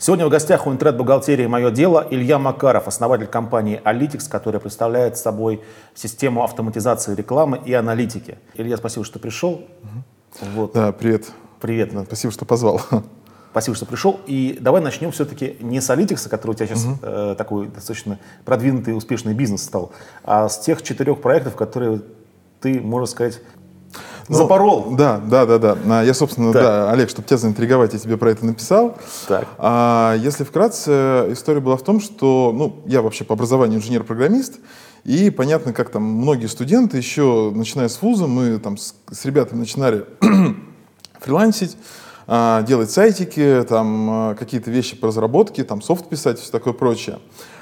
Сегодня в гостях у интернет-бухгалтерии «Мое дело» Илья Макаров, основатель компании Analytics, которая представляет собой систему автоматизации рекламы и аналитики. Илья, спасибо, что пришел. Вот. Да, привет. Привет. Да, спасибо, что позвал. Спасибо, что пришел. И давай начнем все-таки не с Analytics, который у тебя сейчас такой достаточно продвинутый, успешный бизнес стал, а с тех 4 проектов, которые ты, можно сказать, запорол. Да. Я, собственно, Олег, чтобы тебя заинтриговать, я тебе про это написал. Так. Если вкратце, история была в том, что я вообще по образованию инженер-программист, и понятно, как там многие студенты, еще начиная с вуза, мы там с ребятами начинали фрилансить, делать сайтики, там какие-то вещи по разработке, там софт писать, все такое прочее.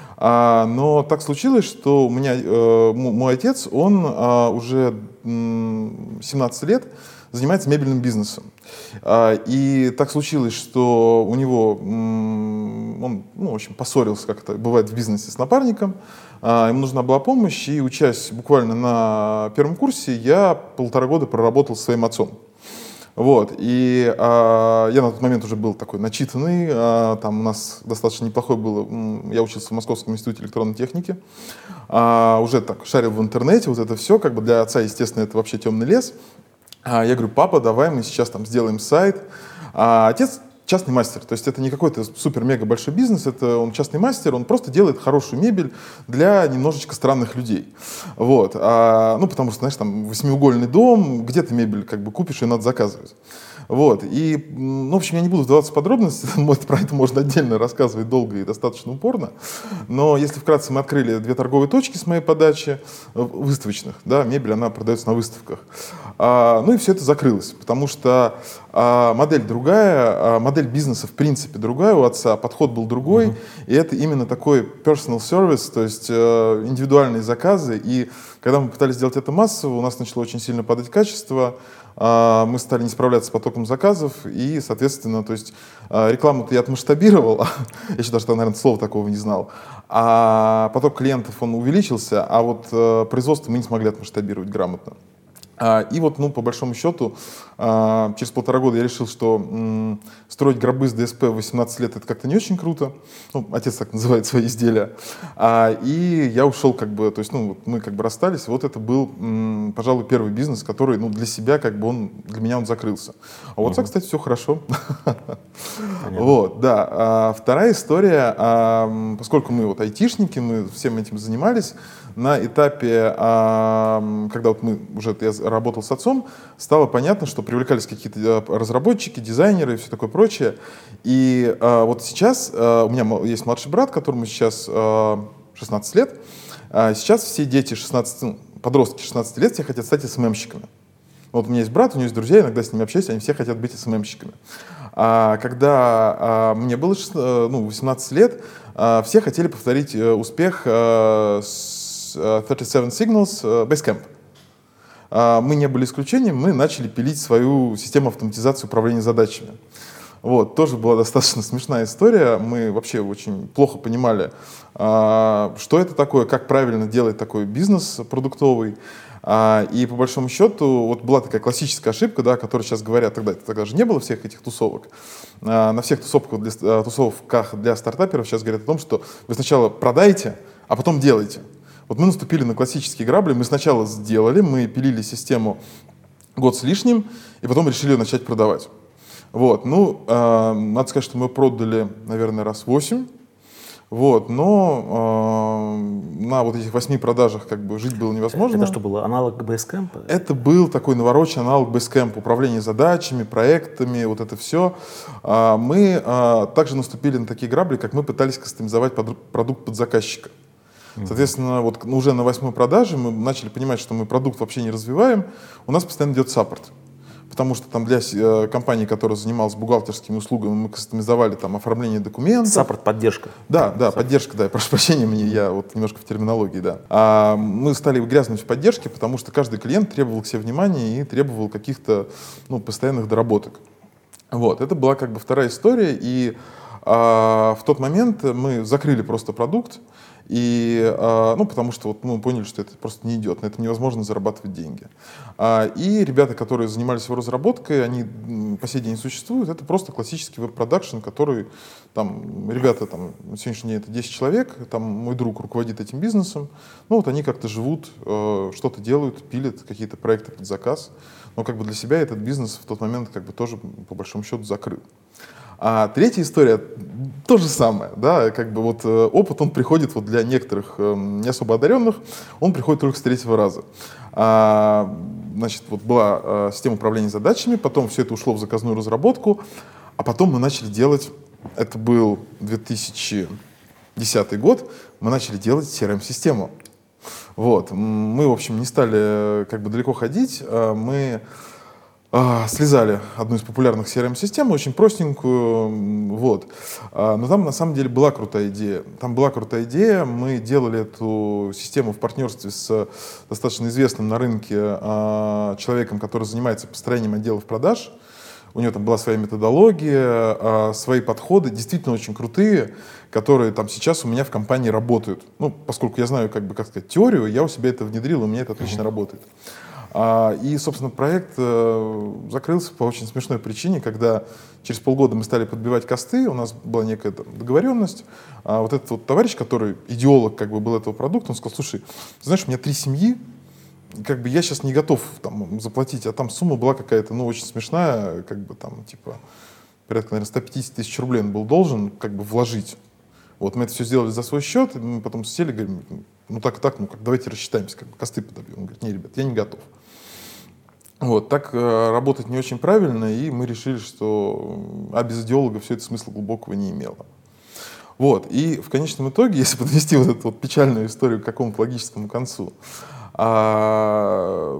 Но так случилось, что у меня мой отец, он уже 17 лет занимается мебельным бизнесом. И так случилось, что у него, он, в общем, поссорился, как это бывает в бизнесе, с напарником. Ему нужна была помощь, и учась буквально на первом курсе, я 1,5 года проработал со своим отцом. Вот, и я на тот момент уже был такой начитанный, там у нас достаточно неплохой был, я учился в Московском институте электронной техники, уже так шарил в интернете, вот это все, как бы для отца, естественно, это вообще темный лес. Я говорю: папа, давай мы сейчас там сделаем сайт. Отец частный мастер, то есть это не какой-то супер-мега большой бизнес, это он частный мастер, он просто делает хорошую мебель для немножечко странных людей. Вот. Потому что, знаешь, там 8-угольный дом, где ты мебель как бы купишь, ее надо заказывать. Вот. И, в общем, я не буду вдаваться в подробности, про это можно отдельно рассказывать долго и достаточно упорно, но если вкратце, мы открыли 2 торговые точки с моей подачи, выставочных, да, мебель, она продается на выставках. И все это закрылось, потому что модель другая, модель бизнеса в принципе другая у отца, подход был другой, и это именно такой personal service, то есть индивидуальные заказы, и когда мы пытались сделать это массово, у нас начало очень сильно падать качество, мы стали не справляться с потоком заказов, и, соответственно, то есть рекламу-то я отмасштабировал, я еще даже, наверное, слова такого не знал, а поток клиентов, он увеличился, а вот производство мы не смогли отмасштабировать грамотно. И вот, по большому счету, через 1,5 года я решил, что строить гробы с ДСП в 18 лет — это как-то не очень круто. Отец так называет свои изделия. И я ушел, то есть, мы расстались. Вот это был, пожалуй, первый бизнес, который, для себя, для меня он закрылся. А у отца, кстати, все хорошо. Вот, да. Вторая история, поскольку мы айтишники, мы всем этим занимались, на этапе, когда я работал с отцом, стало понятно, что привлекались какие-то разработчики, дизайнеры и все такое прочее. И вот сейчас у меня есть младший брат, которому сейчас 16 лет. Сейчас все дети подростки 16 лет, все хотят стать СММщиками. Вот у меня есть брат, у него есть друзья, иногда с ними общаюсь, они все хотят быть СММщиками. Когда мне было 18 лет, все хотели повторить успех с 37 Signals Basecamp. Мы не были исключением, мы начали пилить свою систему автоматизации управления задачами. Вот, тоже была достаточно смешная история. Мы вообще очень плохо понимали, что это такое, как правильно делать такой бизнес продуктовый. И по большому счету, вот была такая классическая ошибка, да, которую сейчас говорят, тогда же не было всех этих тусовок. На всех тусовках для стартаперов сейчас говорят о том, что вы сначала продайте, а потом делайте. Вот мы наступили на классические грабли, мы сначала сделали, мы пилили систему год с лишним, и потом решили ее начать продавать. Вот, надо сказать, что мы продали, наверное, раз 8, вот, но на вот этих 8 продажах жить было невозможно. Это что было, аналог Basecamp? Это был такой навороченный аналог Basecamp, управление задачами, проектами, вот это все. Мы также наступили на такие грабли, как мы пытались кастомизовать продукт под заказчика. Соответственно, уже на 8-й продаже мы начали понимать, что мы продукт вообще не развиваем, у нас постоянно идет саппорт. Потому что там для компании, которая занималась бухгалтерскими услугами, мы кастомизовали там оформление документов. Саппорт, поддержка. Да, поддержка, да, прошу прощения, я немножко в терминологии, да. Мы стали грязнуть в поддержке, потому что каждый клиент требовал к себе внимания и требовал каких-то постоянных доработок. Вот, это была вторая история, и в тот момент мы закрыли просто продукт. Потому что вот мы поняли, что это просто не идет, на это невозможно зарабатывать деньги. И ребята, которые занимались его разработкой, они по сей день существуют. Это просто классический веб-продакшн, который ребята, на сегодняшний день это 10 человек, мой друг руководит этим бизнесом. Они как-то живут, что-то делают, пилят какие-то проекты под заказ. Но для себя этот бизнес в тот момент тоже по большому счету закрыл. А третья история то же самое, да, опыт, он приходит для некоторых не особо одаренных, он приходит только с третьего раза. Была система управления задачами, потом все это ушло в заказную разработку, а потом мы начали делать, это был 2010 год, мы начали делать CRM-систему. Мы, в общем, не стали далеко ходить, мы слезали одну из популярных CRM-систем, очень простенькую, но там на самом деле была крутая идея. Мы делали эту систему в партнерстве с достаточно известным на рынке человеком, который занимается построением отделов продаж. У него была своя методология, свои подходы, действительно очень крутые, которые сейчас у меня в компании работают. Поскольку я знаю, теорию, я у себя это внедрил, у меня это отлично работает. И, собственно, проект закрылся по очень смешной причине, когда через полгода мы стали подбивать косты, у нас была некая договоренность. Этот товарищ, который идеолог был этого продукта, он сказал: слушай, ты знаешь, у меня 3 семьи, я сейчас не готов заплатить, а там сумма была какая-то, очень смешная, порядка, наверное, 150 тысяч рублей он был должен, вложить. Мы это все сделали за свой счет, и мы потом сели, говорим: давайте рассчитаемся, косты подобьем. Он говорит: не, ребят, я не готов. Так работать не очень правильно, и мы решили, что без идеолога все это смысла глубокого не имело. И в конечном итоге, если подвести эту печальную историю к какому-то логическому концу, за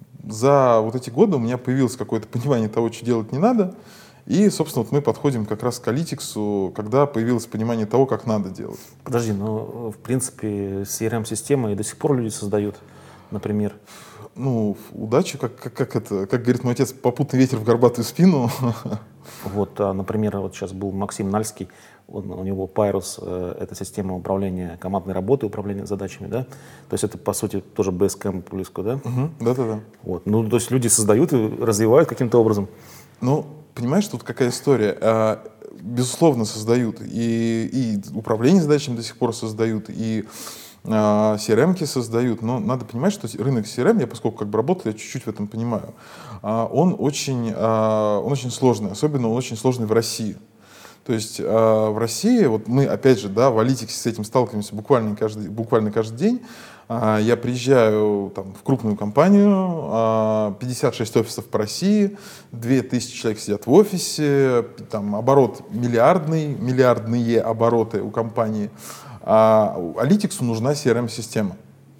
эти годы у меня появилось какое-то понимание того, что делать не надо, и, собственно, мы подходим как раз к Analytics, когда появилось понимание того, как надо делать. Подожди, в принципе, CRM-системы и до сих пор люди создают, например. Удачи, как говорит мой отец, попутный ветер в горбатую спину. Например, сейчас был Максим Нальский, у него Pyrus — это система управления командной работой, управления задачами, да? То есть это, по сути, тоже Basecamp близко, да? Да-да-да. То есть люди создают и развивают каким-то образом. Понимаешь, тут какая история? Безусловно, создают. И управление задачами до сих пор создают, и CRM-ки создают, но надо понимать, что рынок CRM, я поскольку работаю, я чуть-чуть в этом понимаю, он очень сложный, особенно он очень сложный в России. То есть в России, мы опять же, в Analytics с этим сталкиваемся буквально каждый день. Я приезжаю в крупную компанию, 56 офисов по России, 2000 человек сидят в офисе, оборот миллиардные обороты у компании. Analytics нужна CRM-система.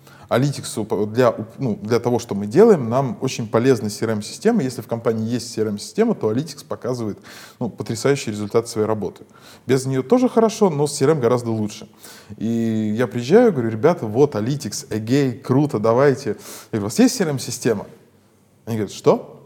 Analytics для того, что мы делаем, нам очень полезна CRM-система. Если в компании есть CRM-система, то Analytics показывает потрясающий результат своей работы. Без нее тоже хорошо, но с CRM гораздо лучше. И я приезжаю, говорю: ребята, Analytics, эгей, круто, давайте. Я говорю: у вас есть CRM-система? Они говорят: что?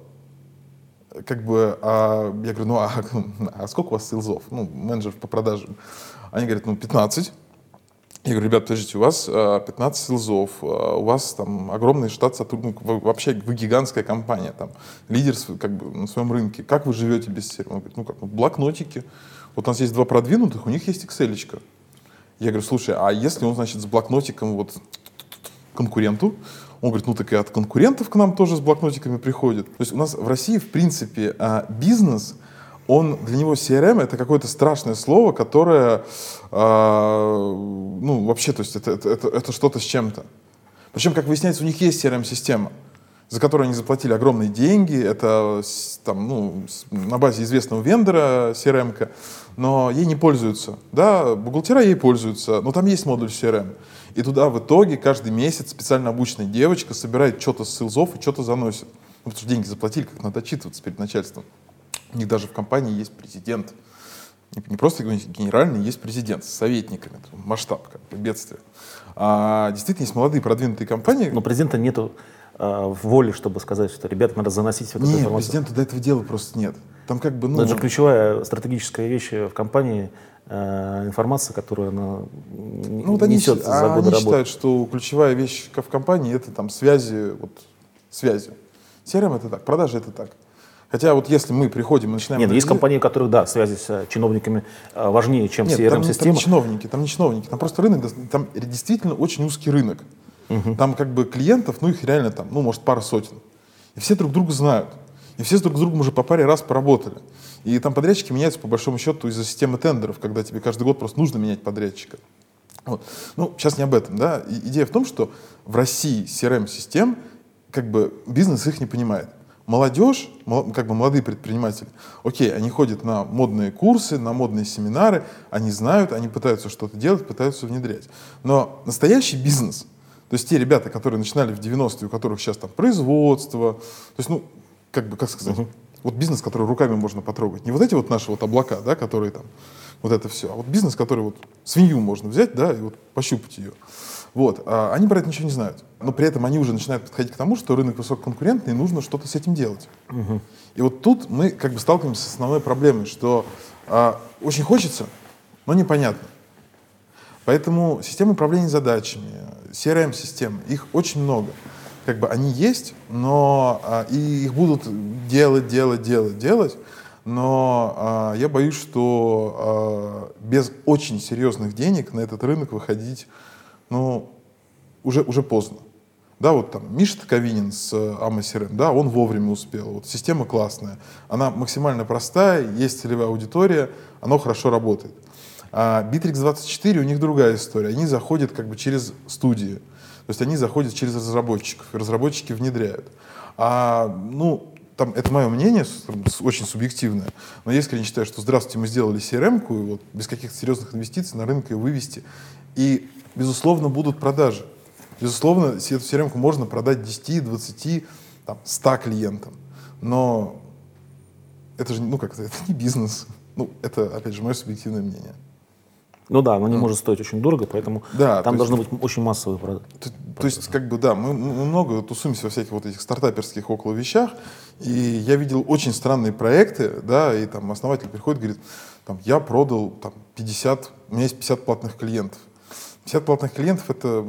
Я говорю: а сколько у вас сейлзов, менеджеров по продажам? Они говорят: 15. Я говорю: ребят, подождите, у вас 15 сейлзов, у вас огромный штат сотрудников, вообще вы гигантская компания, лидер на своем рынке. Как вы живете без CRM? Он говорит: блокнотики. У нас есть 2 продвинутых, у них есть Excel-очка. Я говорю: слушай, а если он, с блокнотиком конкуренту? Он говорит: так и от конкурентов к нам тоже с блокнотиками приходят. То есть у нас в России, в принципе, бизнес, для него CRM — это какое-то страшное слово, которое, вообще, то есть это что-то с чем-то. Причем, как выясняется, у них есть CRM-система, за которую они заплатили огромные деньги, это на базе известного вендора CRM-ка, но ей не пользуются. Да, бухгалтера ей пользуются, но там есть модуль CRM. И туда в итоге каждый месяц специально обученная девочка собирает что-то с сейлзов и что-то заносит. Потому что деньги заплатили, как надо отчитываться перед начальством. У них даже в компании есть президент. Не просто генеральный, есть президент с советниками. Масштаб, бедствие. Действительно, есть молодые продвинутые компании. Но президента нету воли, чтобы сказать, что, ребята, надо заносить эту информацию. Нет, президенту до этого дела просто нет. Это же ключевая стратегическая вещь в компании. информация, которую она несет за годы работы. Они считают, что ключевая вещь в компании — это там связи. Связи. CRM — это так, продажи — это так. Хотя вот если мы приходим и начинаем... Нет, есть компании, у которых, да, связи с чиновниками важнее, чем CRM-система. Там не чиновники, там просто рынок, там действительно очень узкий рынок. Там как бы клиентов, их реально там, может, пара сотен. И все друг друга знают. И все друг с другом уже по паре раз поработали. И там подрядчики меняются по большому счету из-за системы тендеров, когда тебе каждый год просто нужно менять подрядчика. Вот. Сейчас не об этом, да. Идея в том, что в России CRM-систем как бы бизнес их не понимает. Молодежь, как бы молодые предприниматели, окей, они ходят на модные курсы, на модные семинары, они знают, они пытаются что-то делать, пытаются внедрять. Но настоящий бизнес, то есть те ребята, которые начинали в 90-е, у которых сейчас там производство, то есть, как сказать, вот бизнес, который руками можно потрогать. Не вот эти вот наши вот облака, да, которые там, вот это все, а вот бизнес, который вот свинью можно взять, да, и вот пощупать ее. Они про это ничего не знают. Но при этом они уже начинают подходить к тому, что рынок высококонкурентный, и нужно что-то с этим делать. И вот тут мы как бы сталкиваемся с основной проблемой, что очень хочется, но непонятно. Поэтому системы управления задачами, CRM-системы, их очень много. Как бы они есть, но и их будут делать, но я боюсь, что без очень серьезных денег на этот рынок выходить уже поздно. Да, вот там Миша Токовинин с AMA CRM, да, он вовремя успел. Вот система классная, она максимально простая, есть целевая аудитория, она хорошо работает. А Bittrex24, у них другая история. Они заходят как бы через студии, то есть они заходят через разработчиков, и разработчики внедряют. Там, это мое мнение, очень субъективное, но я искренне считаю, что здравствуйте, мы сделали CRM-ку, и вот без каких-то серьезных инвестиций на рынок ее вывести. И, безусловно, будут продажи. Безусловно, эту CRM-ку можно продать 10, 20, 100 клиентам. Но это же, это не бизнес. Это, опять же, мое субъективное мнение. Оно не может стоить очень дорого, поэтому там должны быть очень массовые продажи. То есть, мы много тусуемся во всяких вот этих стартаперских около вещах, и я видел очень странные проекты, да, и там основатель приходит и говорит, я продал 50, у меня есть 50 платных клиентов. 50 платных клиентов — это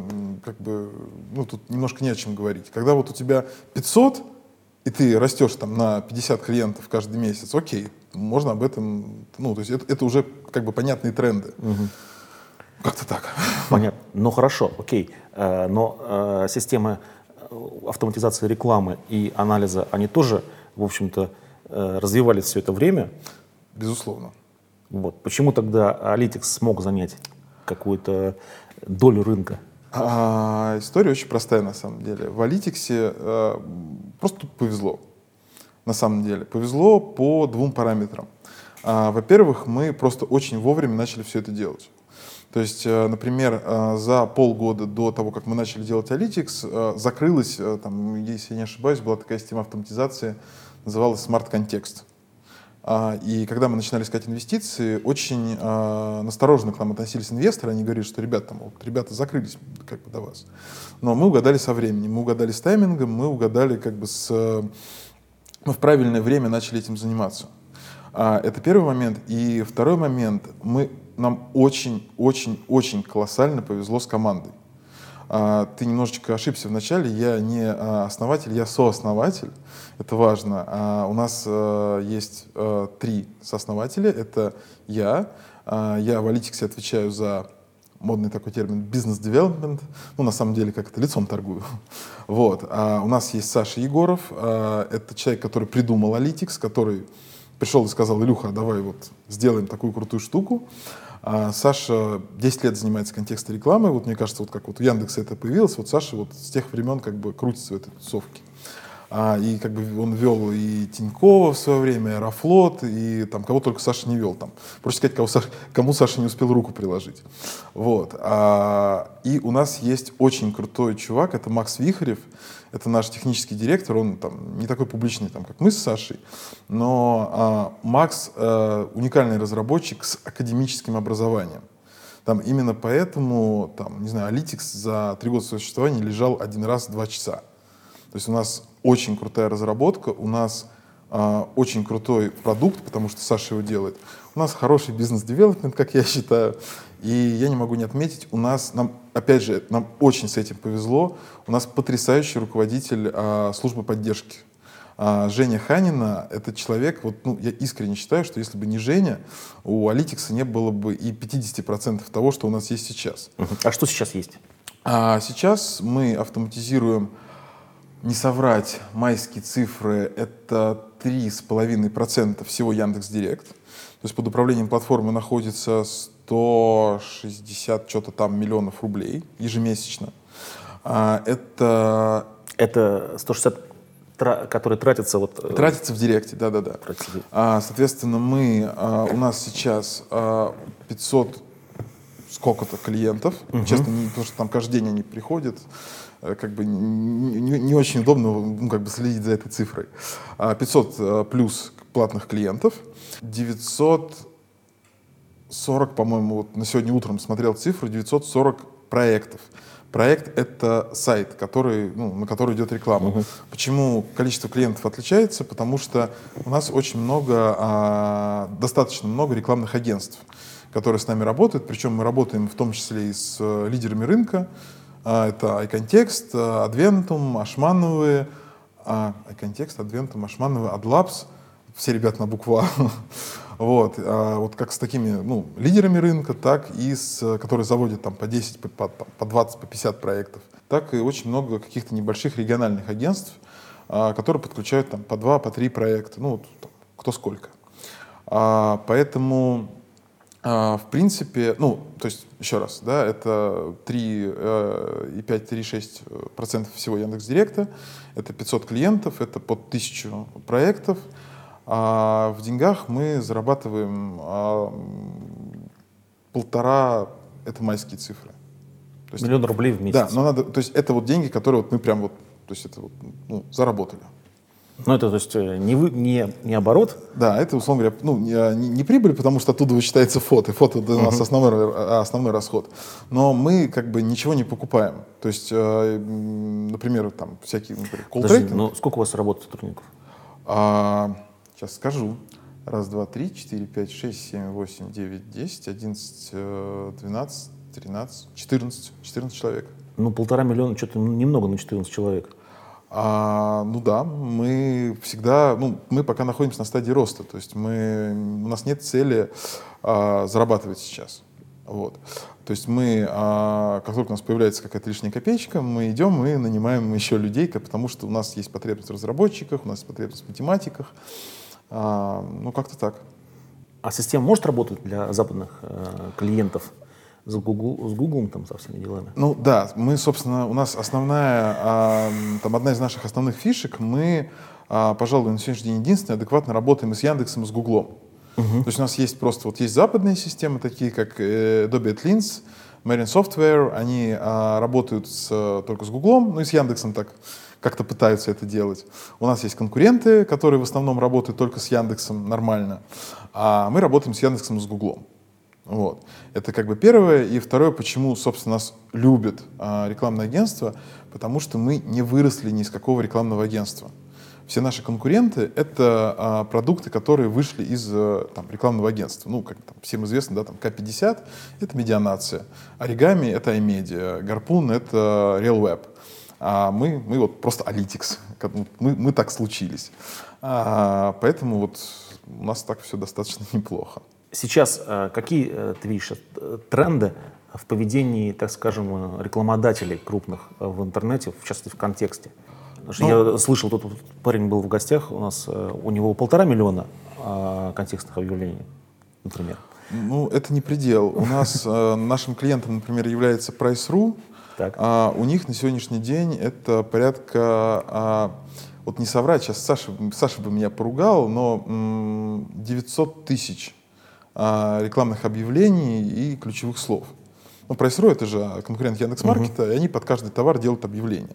тут немножко не о чем говорить. Когда вот у тебя 500, и ты растешь на 50 клиентов каждый месяц, окей, можно об этом, то есть это уже понятные тренды. Как-то так. Понятно. Хорошо, окей. Но системы автоматизации рекламы и анализа, они тоже, в общем-то, развивались все это время. Безусловно. Почему тогда Analytics смог занять какую-то долю рынка? История очень простая на самом деле. В Analytics просто повезло. На самом деле. Повезло по двум параметрам. Во-первых, мы просто очень вовремя начали все это делать. То есть, например, за полгода до того, как мы начали делать Analytics, закрылась, если я не ошибаюсь, была такая система автоматизации, называлась Smart Context. И когда мы начинали искать инвестиции, очень настороженно к нам относились инвесторы. Они говорили, что ребята закрылись до вас. Но мы угадали со временем, мы угадали с таймингом, мы угадали мы в правильное время начали этим заниматься. Это первый момент. И второй момент. Нам очень колоссально повезло с командой. Ты немножечко ошибся в начале. Я не основатель, я сооснователь. Это важно. У нас есть 3 сооснователя. Это я. Я в Analytics отвечаю за модный такой термин бизнес-девелопмент. На самом деле, как это, лицом торгую. У нас есть Саша Егоров. Это человек, который придумал Analytics, который пришел и сказал: Илюха, давай сделаем такую крутую штуку. Саша 10 лет занимается контекстной рекламой. Мне кажется, как у Яндекса это появилось, Саша с тех времен крутится в этой тусовке. И он вел и Тинькова в свое время, и Аэрофлот, и кого только Саша не вел. Проще сказать, кому Саша не успел руку приложить. И у нас есть очень крутой чувак, это Макс Вихарев. Это наш технический директор, он не такой публичный, как мы с Сашей, но Макс уникальный разработчик с академическим образованием. Именно поэтому, Analytics за 3 года своего существования лежал 1 раз 2 часа. То есть у нас очень крутая разработка, у нас очень крутой продукт, потому что Саша его делает. У нас хороший бизнес-девелопмент, как я считаю. И я не могу не отметить, опять же, нам очень с этим повезло. У нас потрясающий руководитель службы поддержки. Женя Ханина — это человек, я искренне считаю, что если бы не Женя, у Алитикса не было бы и 50% того, что у нас есть сейчас. А что сейчас есть? Сейчас мы автоматизируем, не соврать, майские цифры — это 3,5% всего Яндекс.Директ. То есть под управлением платформы находится 160 что-то там миллионов рублей ежемесячно. Это 160, которые тратятся Тратится в Директе, да-да-да. Соответственно, у нас сейчас 500 сколько-то клиентов. Честно, потому что там каждый день они приходят. Как бы не очень удобно следить за этой цифрой. 500 плюс платных клиентов. 940, по-моему, на сегодня утром смотрел цифру, 940 проектов. Проект — это сайт, на который идет реклама. Почему количество клиентов отличается? Потому что у нас достаточно много рекламных агентств, которые с нами работают. Причем мы работаем в том числе и с лидерами рынка. Это iContext, Adventum, Ашмановы, AdLabs. Все ребята на букву А. Вот как с такими лидерами рынка, так и которые заводят там по 10, по 20, по 50 проектов, так и очень много каких-то небольших региональных агентств, которые подключают там по 2, по 3 проекта, кто сколько. Поэтому, в принципе, то есть, еще раз, да, это 3,5-3,6% всего Яндекс.Директа, это 500 клиентов, это под 1000 проектов. А в деньгах мы зарабатываем 1,5, это майские цифры. То есть, миллион рублей в месяц. Да, то есть это деньги, которые мы прям заработали. Это то есть не оборот? Да, это, условно говоря, не прибыль, потому что оттуда вычитается фото. Фото у нас основной расход. Но мы как бы ничего не покупаем. То есть, например, там всякие колл-трекинг. Сколько у вас работает сотрудников? Сейчас скажу. 1, 2, 3, 4, 5, 6, 7, 8, 9, 10, 11, 12, 13, 14 человек. 1,5 миллиона, что-то немного на 14 человек. Да, мы всегда, мы пока находимся на стадии роста. То есть у нас нет цели зарабатывать сейчас. То есть как только у нас появляется какая-то лишняя копеечка, мы идем и нанимаем еще людей, потому что у нас есть потребность в разработчиках, у нас есть потребность в математиках. Как-то так. А система может работать для западных клиентов с Google, там, со всеми делами? Да, собственно, у нас одна из наших основных фишек, мы, пожалуй, на сегодняшний день единственные адекватно работаем и с Яндексом, и с Гуглом. То есть у нас есть есть западные системы, такие как Adobe AdLinks, Marin Software, они работают только с Гуглом, и с Яндексом так как-то пытаются это делать. У нас есть конкуренты, которые в основном работают только с Яндексом нормально, а мы работаем с Яндексом и с Гуглом. Это как бы первое. И второе, почему, собственно, нас любят рекламные агентства, потому что мы не выросли ни из какого рекламного агентства. Все наши конкуренты — это продукты, которые вышли из рекламного агентства. Как всем известно, К50 — это медианация, Origami — это iMedia, Гарпун — это RealWeb. А мы просто Алитикс. Мы так случились. Поэтому у нас так все достаточно неплохо. Сейчас какие ты видишь тренды в поведении, так скажем, рекламодателей крупных в интернете, в частности, в контексте? Я слышал, тут парень был в гостях, у него 1,5 миллиона контекстных объявлений, например. Это не предел. У нас нашим клиентом, например, является Price.ru. У них на сегодняшний день это порядка, не соврать, сейчас Саша бы меня поругал, но 900 тысяч рекламных объявлений и ключевых слов. Price.ru — это же конкурент Яндекс.Маркета, и они под каждый товар делают объявления.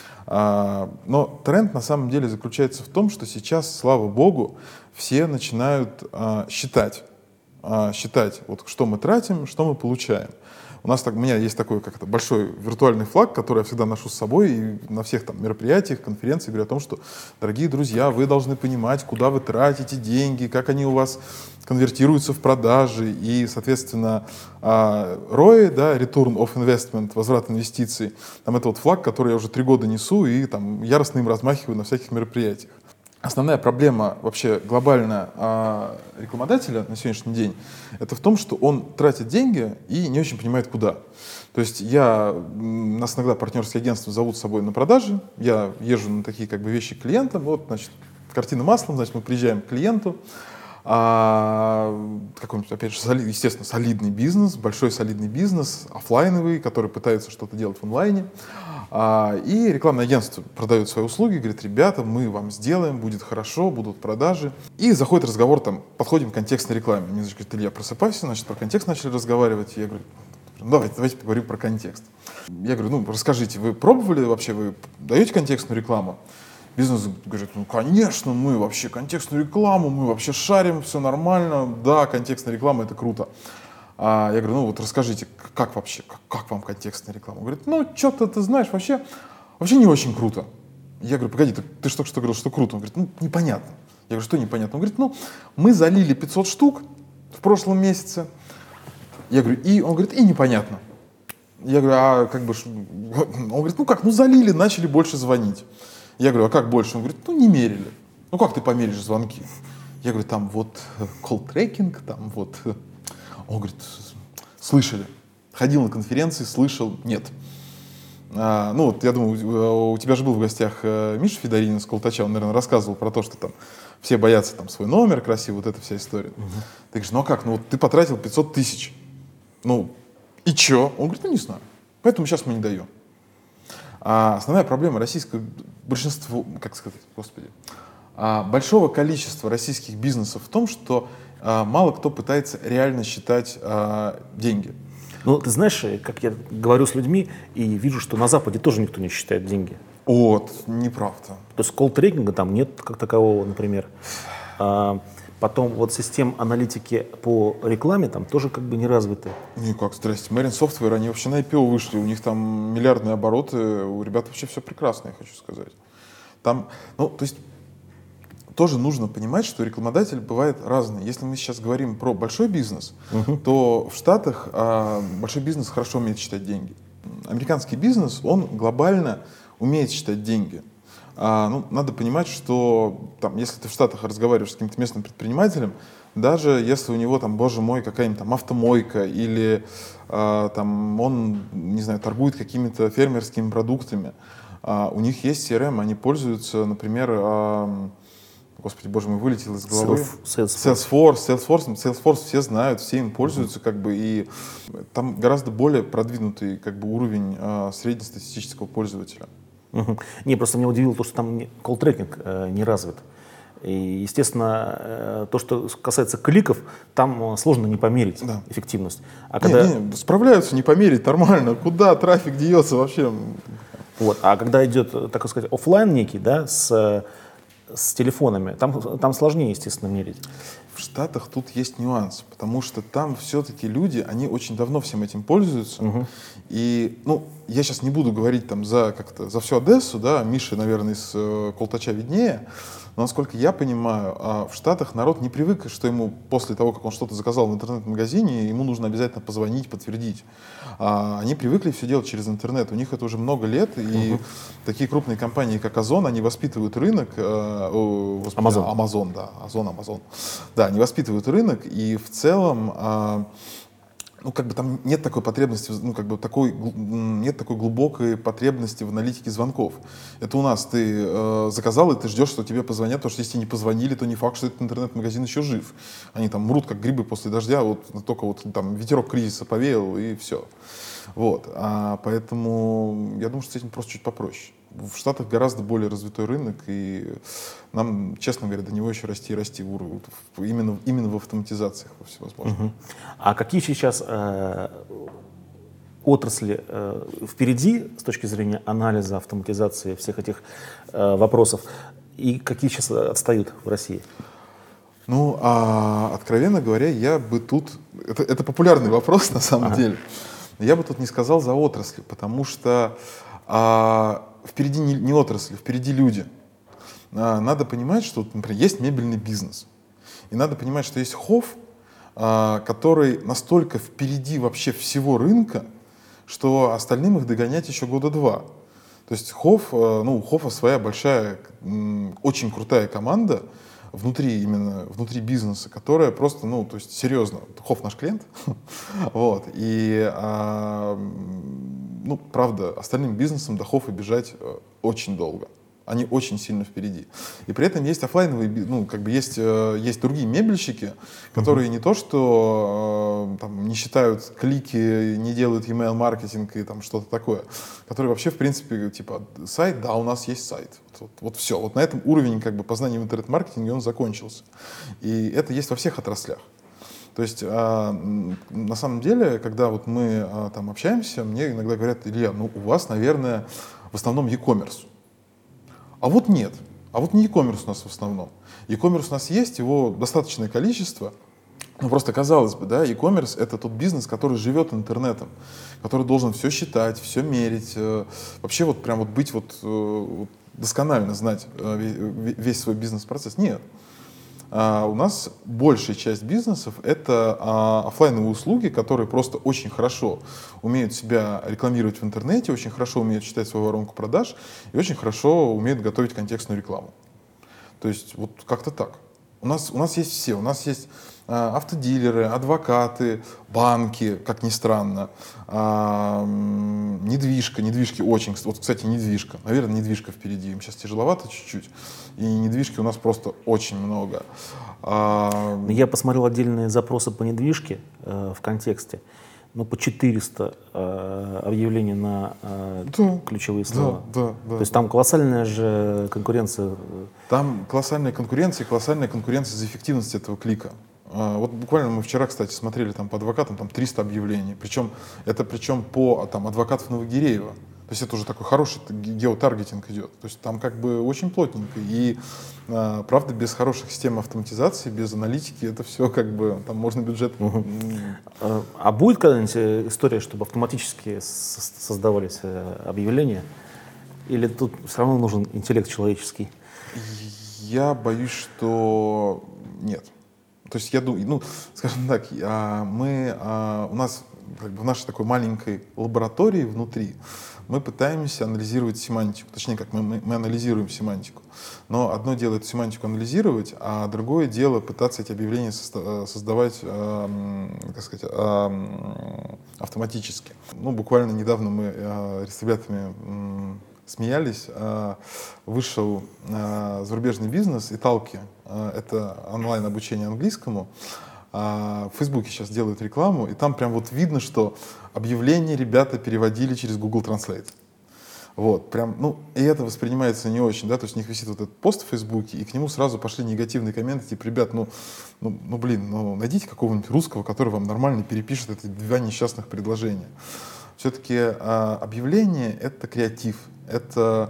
Но тренд на самом деле заключается в том, что сейчас, слава богу, все начинают считать, что мы тратим, что мы получаем. у меня есть такой как-то большой виртуальный флаг, который я всегда ношу с собой и на всех там мероприятиях, конференциях говорю о том, что, дорогие друзья, вы должны понимать, куда вы тратите деньги, как они у вас конвертируются в продажи, и, соответственно, ROI, да, Return of Investment, возврат инвестиций, там это вот флаг, который я уже 3 года несу и там яростно им размахиваю на всяких мероприятиях. Основная проблема вообще глобально рекламодателя на сегодняшний день это в том, что он тратит деньги и не очень понимает, куда. То есть нас иногда партнерские агентства зовут с собой на продажи, я езжу на такие как бы вещи к клиентам, вот, значит, картина маслом, значит, мы приезжаем к клиенту, какой-нибудь, опять же, естественно, солидный бизнес, большой солидный бизнес, офлайновый, который пытается что-то делать в онлайне. И рекламное агентство продает свои услуги, говорит, ребята, мы вам сделаем, будет хорошо, будут продажи. И заходит разговор, там, подходим к контекстной рекламе. Мне говорит, Илья, просыпайся, значит, про контекст начали разговаривать. Я говорю, давайте поговорим про контекст. Я говорю, расскажите, вы пробовали вообще, вы даете контекстную рекламу? Бизнес говорит, конечно, мы вообще контекстную рекламу, мы вообще шарим, все нормально, да, контекстная реклама, это круто. Я говорю, расскажите, как вообще, как вам контекстная реклама? Он говорит, что-то ты знаешь, вообще не очень круто. Я говорю, погоди, ты же только что говорил, что круто. Он говорит, непонятно. Я говорю, что непонятно? Он говорит, мы залили 500 штук в прошлом месяце. Я говорю, он говорит, и непонятно. Я говорю, он говорит, залили, начали больше звонить. Я говорю, а как больше? Он говорит, не мерили. Как ты померишь звонки? Я говорю, там вот колл-трекинг, там вот... Он говорит, слышали. Ходил на конференции, слышал, нет. Я думаю, у тебя же был в гостях Миша Федоринин с Колтача, он, наверное, рассказывал про то, что там все боятся там свой номер красивый, вот эта вся история. Ты говоришь, ты потратил 500 тысяч. И чё? Он говорит, не знаю. Поэтому сейчас мы не даем. Основная проблема российского большинства, большого количества российских бизнесов в том, что мало кто пытается реально считать деньги. Ты знаешь, как я говорю с людьми и вижу, что на Западе тоже никто не считает деньги. Неправда. То есть колл-трекинга там нет как такового, например. Потом систем аналитики по рекламе там тоже как бы не развиты. Здрасте. Marine Software, они вообще на IPO вышли, у них там миллиардные обороты, у ребят вообще все прекрасно, я хочу сказать. Там, то есть тоже нужно понимать, что рекламодатель бывает разный. Если мы сейчас говорим про большой бизнес, то в Штатах большой бизнес хорошо умеет считать деньги. Американский бизнес, он глобально умеет считать деньги. Надо понимать, что если ты в Штатах разговариваешь с каким-то местным предпринимателем, даже если у него боже мой, какая-нибудь автомойка или он, не знаю, торгует какими-то фермерскими продуктами, у них есть CRM, они пользуются, например, господи, боже мой, вылетел из головы. Salesforce все знают, все им пользуются, и там гораздо более продвинутый уровень среднестатистического пользователя. Просто меня удивило то, что там колл-трекинг не развит. И, естественно, то, что касается кликов, там сложно не померить эффективность. Справляются не померить нормально. Куда трафик деется вообще? А когда идет, так сказать, офлайн некий, с телефонами, там сложнее, естественно, мерить. В Штатах тут есть нюанс, потому что там все-таки люди, они очень давно всем этим пользуются. И, я сейчас не буду говорить за всю Одессу, Миша, наверное, из Колтача виднее, но, насколько я понимаю, в Штатах народ не привык, что ему после того, как он что-то заказал в интернет-магазине, ему нужно обязательно позвонить, подтвердить. Они привыкли все делать через интернет, у них это уже много лет, и такие крупные компании, как Озон, они воспитывают рынок, Amazon. Да, они воспитывают рынок, и в целом там нет такой потребности, нет такой глубокой потребности в аналитике звонков. Это у нас ты заказал, и ты ждешь, что тебе позвонят, потому что если не позвонили, то не факт, что этот интернет-магазин еще жив. Они там мрут, как грибы после дождя, только ветерок кризиса повеял, и все. Поэтому я думаю, что с этим просто чуть попроще. В Штатах гораздо более развитой рынок, и нам, честно говоря, до него еще расти и расти именно в автоматизациях во всевозможных. А какие сейчас отрасли впереди с точки зрения анализа, автоматизации всех этих вопросов, и какие сейчас отстают в России? Откровенно говоря, я бы тут... Это популярный вопрос на самом деле. Я бы тут не сказал за отрасли, потому что впереди не отрасли, впереди люди. Надо понимать, что, например, есть мебельный бизнес. И надо понимать, что есть Хофф, который настолько впереди вообще всего рынка, что остальным их догонять еще года 2. То есть Хофф, у Хоффа своя большая, очень крутая команда внутри бизнеса, которая просто, то есть серьезно, Хофф наш клиент, вот, и, правда, остальным бизнесам до Хоффа бежать очень долго. Они очень сильно впереди. И при этом есть офлайновые, есть другие мебельщики, которые не то что не считают клики, не делают email-маркетинг и там что-то такое, которые вообще, в принципе, типа, сайт, да, у нас есть сайт. Вот все. Вот на этом уровень познания в интернет-маркетинге он закончился. И это есть во всех отраслях. То есть, на самом деле, когда вот мы там общаемся, мне иногда говорят: Илья, у вас, наверное, в основном e-commerce. А вот нет. А вот не e-commerce у нас в основном. E-commerce у нас есть, его достаточное количество. Но просто казалось бы, да, e-commerce — это тот бизнес, который живет интернетом, который должен все считать, все мерить, вообще вот прям вот быть досконально знать весь свой бизнес-процесс. Нет. У нас большая часть бизнесов — это офлайновые услуги, которые просто очень хорошо умеют себя рекламировать в интернете, очень хорошо умеют считать свою воронку продаж и очень хорошо умеют готовить контекстную рекламу. То есть вот как-то так. У нас есть все. У нас есть автодилеры, адвокаты, банки, как ни странно, недвижка. Недвижки очень... Вот, кстати, недвижка. Наверное, недвижка впереди. Им сейчас тяжеловато чуть-чуть. И недвижки у нас просто очень много. Я посмотрел отдельные запросы по недвижке в контексте. По 400 объявлений на ключевые слова. Да. То есть там колоссальная же конкуренция. Там колоссальная конкуренция за эффективность этого клика. Вот буквально мы вчера, кстати, смотрели там по адвокатам, там 300 объявлений. Причем по адвокатов Новогиреева. То есть это уже такой хороший геотаргетинг идет. То есть там очень плотненько. И правда, без хороших систем автоматизации, без аналитики, это все там можно бюджет... А будет когда-нибудь история, чтобы автоматически создавались объявления? Или тут все равно нужен интеллект человеческий? Я боюсь, что нет. То есть я думаю, скажем так, у нас в нашей такой маленькой лаборатории внутри мы пытаемся анализировать семантику, точнее, как мы анализируем семантику. Но одно дело эту семантику анализировать, а другое дело пытаться эти объявления создавать, автоматически. Буквально недавно мы с ребятами смеялись, вышел зарубежный бизнес Италки, это онлайн-обучение английскому. В Фейсбуке сейчас делают рекламу, и там прям вот видно, что объявления ребята переводили через Google Translate. Вот, прям, и это воспринимается не очень, да, то есть у них висит вот этот пост в Фейсбуке, и к нему сразу пошли негативные комменты, типа, ребят, найдите какого-нибудь русского, который вам нормально перепишет эти 2 несчастных предложения. Все-таки объявление — это креатив, это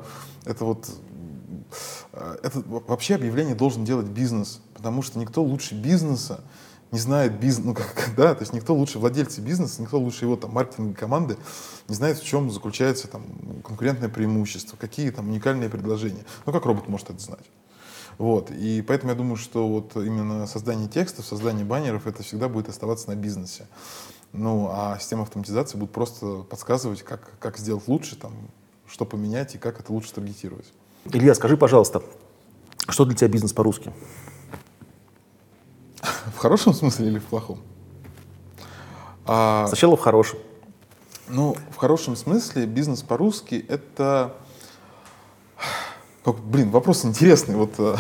вообще объявление должен делать бизнес, потому что никто лучше бизнеса не знает бизнес, то есть никто лучше владельца бизнеса, никто лучше его маркетинговой команды не знает, в чем заключается конкурентное преимущество, какие уникальные предложения. Как робот может это знать? Вот. И поэтому я думаю, что вот именно создание текстов, создание баннеров — это всегда будет оставаться на бизнесе. А система автоматизации будет просто подсказывать, как сделать лучше, что поменять и как это лучше таргетировать. Илья, скажи, пожалуйста, что для тебя бизнес по-русски? В хорошем смысле или в плохом? Сначала в хорошем. В хорошем смысле бизнес по-русски — это... Вопрос интересный.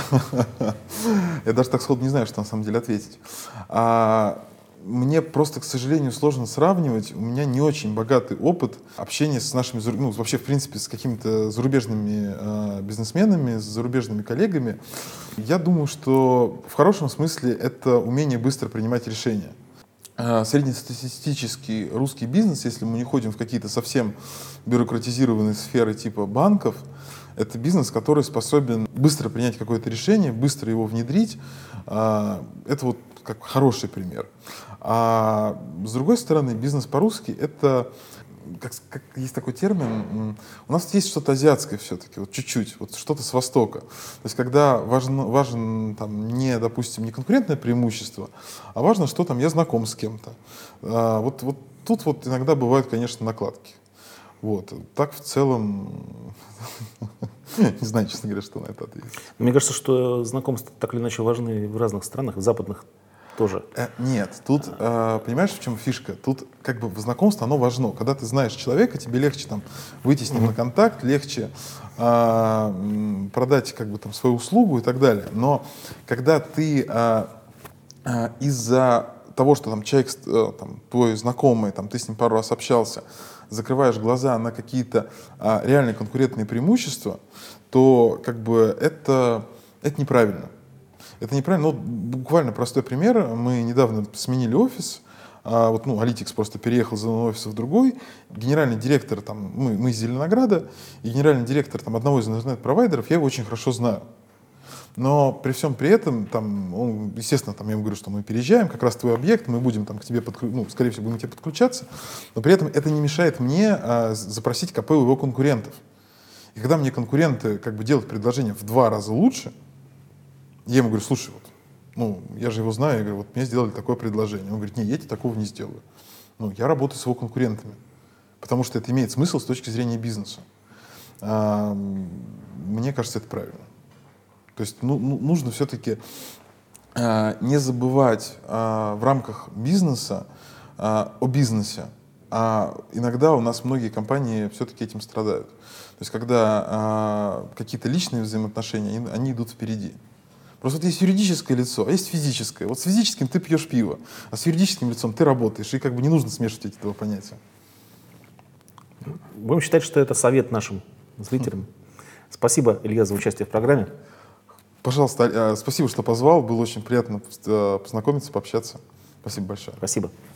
Я даже так сходу не знаю, что на самом деле ответить. Мне просто, к сожалению, сложно сравнивать. У меня не очень богатый опыт общения с нашими, вообще, в принципе, с какими-то зарубежными бизнесменами, с зарубежными коллегами. Я думаю, что в хорошем смысле это умение быстро принимать решения. Среднестатистический русский бизнес, если мы не ходим в какие-то совсем бюрократизированные сферы типа банков, это бизнес, который способен быстро принять какое-то решение, быстро его внедрить. Это как хороший пример. А с другой стороны, бизнес по-русски — это, как есть такой термин, у нас есть что-то азиатское все-таки, вот чуть-чуть, вот что-то с Востока. То есть когда важен там, не, допустим, не конкурентное преимущество, а важно, что там я знаком с кем-то. Вот тут вот иногда бывают, конечно, накладки. Вот. Так в целом, не знаю, честно говоря, что на это ответить. Мне кажется, что знакомства так или иначе важны в разных странах, в западных тоже. Нет, тут, понимаешь, в чем фишка? Тут как бы знакомство, оно важно. Когда ты знаешь человека, тебе легче там выйти с ним на контакт, легче продать как бы там свою услугу и так далее. Но когда ты из-за того, что там человек, там, твой знакомый, там, ты с ним пару раз общался, закрываешь глаза на какие-то реальные конкурентные преимущества, то как бы это неправильно. Это неправильно. Ну, буквально простой пример. Мы недавно сменили офис. Алитикс просто переехал из одного офиса в другой. Генеральный директор, там, мы из Зеленограда, и генеральный директор там, одного из интернет-провайдеров, я его очень хорошо знаю. Но при всем при этом, там, естественно, там, я ему говорю, что мы переезжаем, как раз твой объект, мы будем там, к тебе, скорее всего, будем к тебе подключаться, но при этом это не мешает мне запросить КП у его конкурентов. И когда мне конкуренты как бы делают предложение в 2 раза лучше, я ему говорю, слушай, я же его знаю, я говорю, вот мне сделали такое предложение. Он говорит, нет, я тебе такого не сделаю. Я работаю с его конкурентами, потому что это имеет смысл с точки зрения бизнеса. Мне кажется, это правильно. То есть нужно все-таки не забывать в рамках бизнеса о бизнесе. А иногда у нас многие компании все-таки этим страдают. То есть когда какие-то личные взаимоотношения, они идут впереди. Просто вот есть юридическое лицо, а есть физическое. Вот с физическим ты пьешь пиво, а с юридическим лицом ты работаешь. И как бы не нужно смешивать эти два понятия. Будем считать, что это совет нашим зрителям. Спасибо, Илья, за участие в программе. Пожалуйста, спасибо, что позвал. Было очень приятно познакомиться, пообщаться. Спасибо большое. Спасибо.